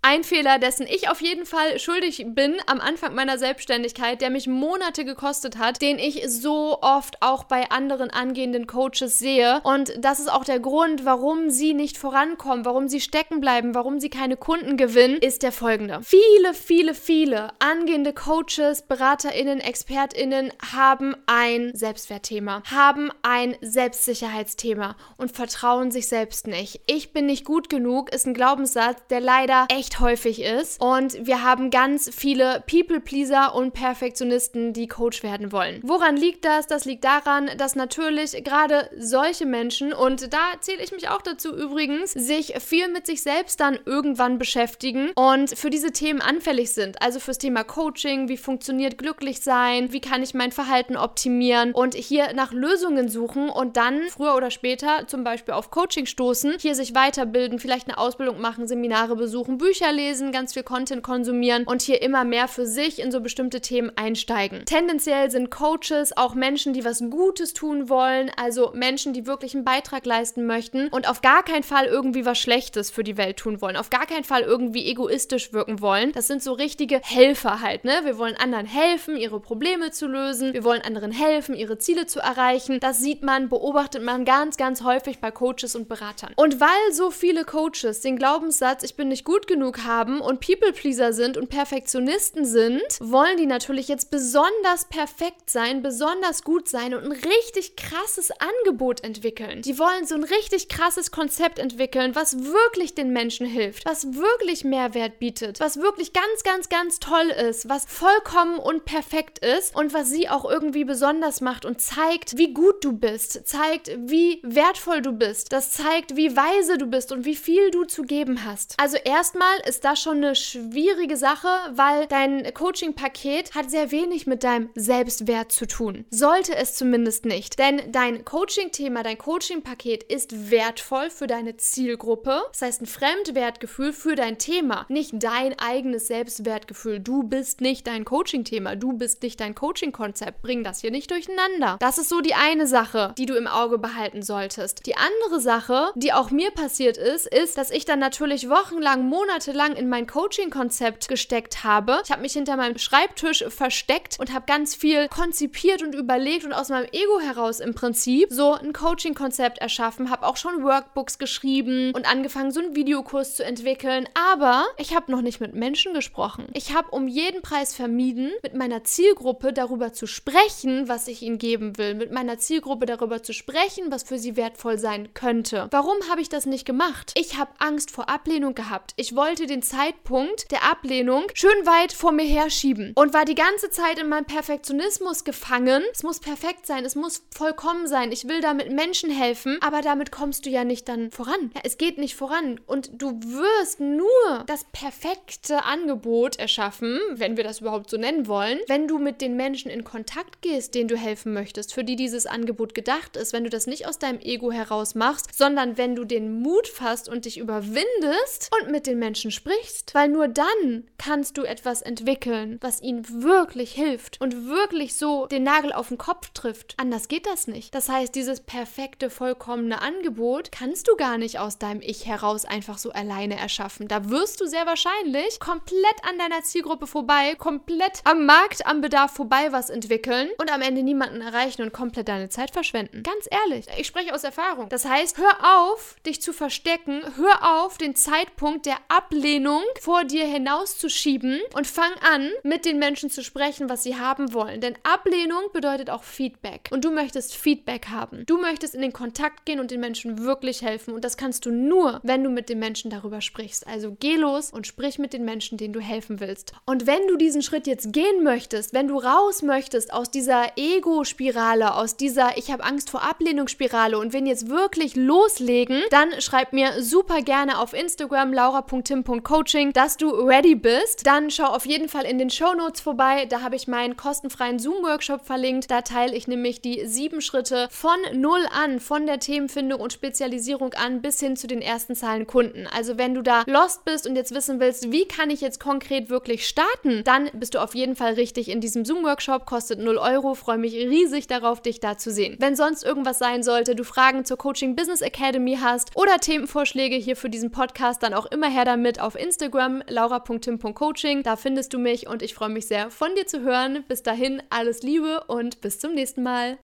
Ein Fehler, dessen ich auf jeden Fall schuldig bin am Anfang meiner Selbstständigkeit, der mich Monate gekostet hat, den ich so oft auch bei anderen angehenden Coaches sehe. Und das ist auch der Grund, warum sie nicht vorankommen, warum sie stecken bleiben, warum sie keine Kunden gewinnen, ist der folgende. Viele angehende Coaches, BeraterInnen, ExpertInnen haben ein Selbstwertthema, haben ein Selbstsicherheitsthema und vertrauen sich selbst nicht. Ich bin nicht gut genug, ist ein Glaubenssatz, der leider echt häufig ist. Und wir haben ganz viele People-Pleaser und Perfektionisten, die Coach werden wollen. Woran liegt das? Das liegt daran, dass natürlich gerade solche Menschen, und da zähle ich mich auch dazu übrigens, sich viel mit sich selbst dann irgendwann beschäftigen und für diese Themen anfällig sind. Also fürs Thema Coaching, wie funktioniert glücklich sein, wie kann ich mein Verhalten optimieren und hier nach Lösungen suchen und dann früher oder später zum Beispiel auf Coaching stoßen, hier sich weiterbilden, vielleicht eine Ausbildung machen, Seminare besuchen, Bücher lesen, ganz viel Content konsumieren und hier immer mehr für sich in so bestimmte Themen einsteigen. Tendenziell sind Coaches auch Menschen, die was Gutes tun wollen, also Menschen, die wirklich einen Beitrag leisten möchten und auf gar keinen Fall irgendwie was Schlechtes für die Welt tun wollen, auf gar keinen Fall irgendwie egoistisch wirken wollen. Das sind so richtige Helfer halt, ne? Wir wollen anderen helfen, ihre Probleme zu lösen, wir wollen anderen helfen, ihre Ziele zu erreichen. Das sieht man, beobachtet man ganz, ganz häufig bei Coaches und Beratern. Und weil so viele Coaches den Glaubenssatz, ich bin nicht gut genug haben und People-Pleaser sind und Perfektionisten sind, wollen die natürlich jetzt besonders perfekt sein, besonders gut sein und ein richtig krasses Angebot entwickeln. Die wollen so ein richtig krasses Konzept entwickeln, was wirklich den Menschen hilft, was wirklich Mehrwert bietet, was wirklich ganz, ganz, ganz toll ist, was vollkommen und perfekt ist und was sie auch irgendwie besonders macht und zeigt, wie gut du bist, zeigt, wie wertvoll du bist, das zeigt, wie weise du bist und wie viel du zu geben hast. Also erstmal ist das schon eine schwierige Sache, weil dein Coaching-Paket hat sehr wenig mit deinem Selbstwert zu tun. Sollte es zumindest nicht, denn dein Coaching-Thema, dein Coaching-Paket ist wertvoll für deine Zielgruppe, das heißt ein Fremdwertgefühl für dein Thema, nicht dein eigenes Selbstwertgefühl. Du bist nicht dein Coaching-Thema, du bist nicht dein Coaching-Konzept. Bring das hier nicht durcheinander. Das ist so die eine Sache, die du im Auge behalten solltest. Die andere Sache, die auch mir passiert ist, dass ich dann natürlich wochenlang, monatelang in mein Coaching-Konzept gesteckt habe. Ich habe mich hinter meinem Schreibtisch versteckt und habe ganz viel konzipiert und überlegt und aus meinem Ego heraus im Prinzip so ein Coaching-Konzept erschaffen, habe auch schon Workbooks geschrieben und angefangen, so einen Videokurs zu entwickeln, aber ich habe noch nicht mit Menschen gesprochen. Ich habe um jeden Preis vermieden, mit meiner Zielgruppe darüber zu sprechen, was ich ihnen geben will, mit meiner Zielgruppe darüber zu sprechen, was für sie wertvoll sein könnte. Warum habe ich das nicht gemacht? Ich habe Angst vor Ablehnung gehabt. Ich wollte den Zeitpunkt der Ablehnung schön weit vor mir herschieben und war die ganze Zeit in meinem Perfektionismus gefangen. Es muss perfekt sein, es muss vollkommen sein. Ich will damit Menschen helfen, aber damit kommst du ja nicht dann voran. Ja, es geht nicht voran und du wirst nur das perfekte Angebot erschaffen, wenn wir das überhaupt so nennen wollen, wenn du mit den Menschen in Kontakt gehst, denen du helfen möchtest, für die dieses Angebot gedacht ist, wenn du das nicht aus deinem Ego heraus machst, sondern wenn du den Mut fasst und dich überwindest und mit den Menschen sprichst, weil nur dann kannst du etwas entwickeln, was ihnen wirklich hilft und wirklich so den Nagel auf den Kopf trifft. Anders geht das nicht. Das heißt, dieses perfekte, vollkommene Angebot kannst du gar nicht aus deinem Ich heraus einfach so alleine erschaffen. Da wirst du sehr wahrscheinlich komplett an deiner Zielgruppe vorbei, komplett am Markt, am Bedarf vorbei was entwickeln und am Ende niemanden erreichen und komplett deine Zeit verschwenden. Ganz ehrlich, ich spreche aus Erfahrung. Das heißt, hör auf, dich zu verstecken, hör auf, den Zeitpunkt der Ablehnung vor dir hinauszuschieben und fang an, mit den Menschen zu sprechen, was sie haben wollen. Denn Ablehnung bedeutet auch Feedback. Und du möchtest Feedback haben. Du möchtest in den Kontakt gehen und den Menschen wirklich helfen. Und das kannst du nur, wenn du mit den Menschen darüber sprichst. Also geh los und sprich mit den Menschen, denen du helfen willst. Und wenn du diesen Schritt jetzt gehen möchtest, wenn du raus möchtest aus dieser Ego-Spirale, aus dieser Ich habe Angst vor Ablehnungsspirale und wenn jetzt wirklich loslegen, dann schreib mir super gerne auf Instagram laura.tim.coaching, dass du ready bist. Dann schau auf jeden Fall in den Shownotes vorbei. Da habe ich meinen kostenfreien Zoom-Workshop verlinkt. Da teile ich nämlich die 7 Schritte von null an, von der Themenfindung und Spezialisierung an bis hin zu den ersten Zahlenkunden. Also wenn du da lost bist und jetzt wissen willst, wie kann ich jetzt konkret wirklich starten, dann bist du auf jeden Fall richtig in diesem Zoom-Workshop, kostet 0 €, freue mich riesig darauf, dich da zu sehen. Wenn sonst irgendwas sein sollte, du Fragen zur Coaching Business Academy hast oder Themenvorschläge hier für diesen Podcast, dann auch immer her damit halt auf Instagram laura.tim.coaching. Da findest du mich und ich freue mich sehr, von dir zu hören. Bis dahin, alles Liebe und bis zum nächsten Mal.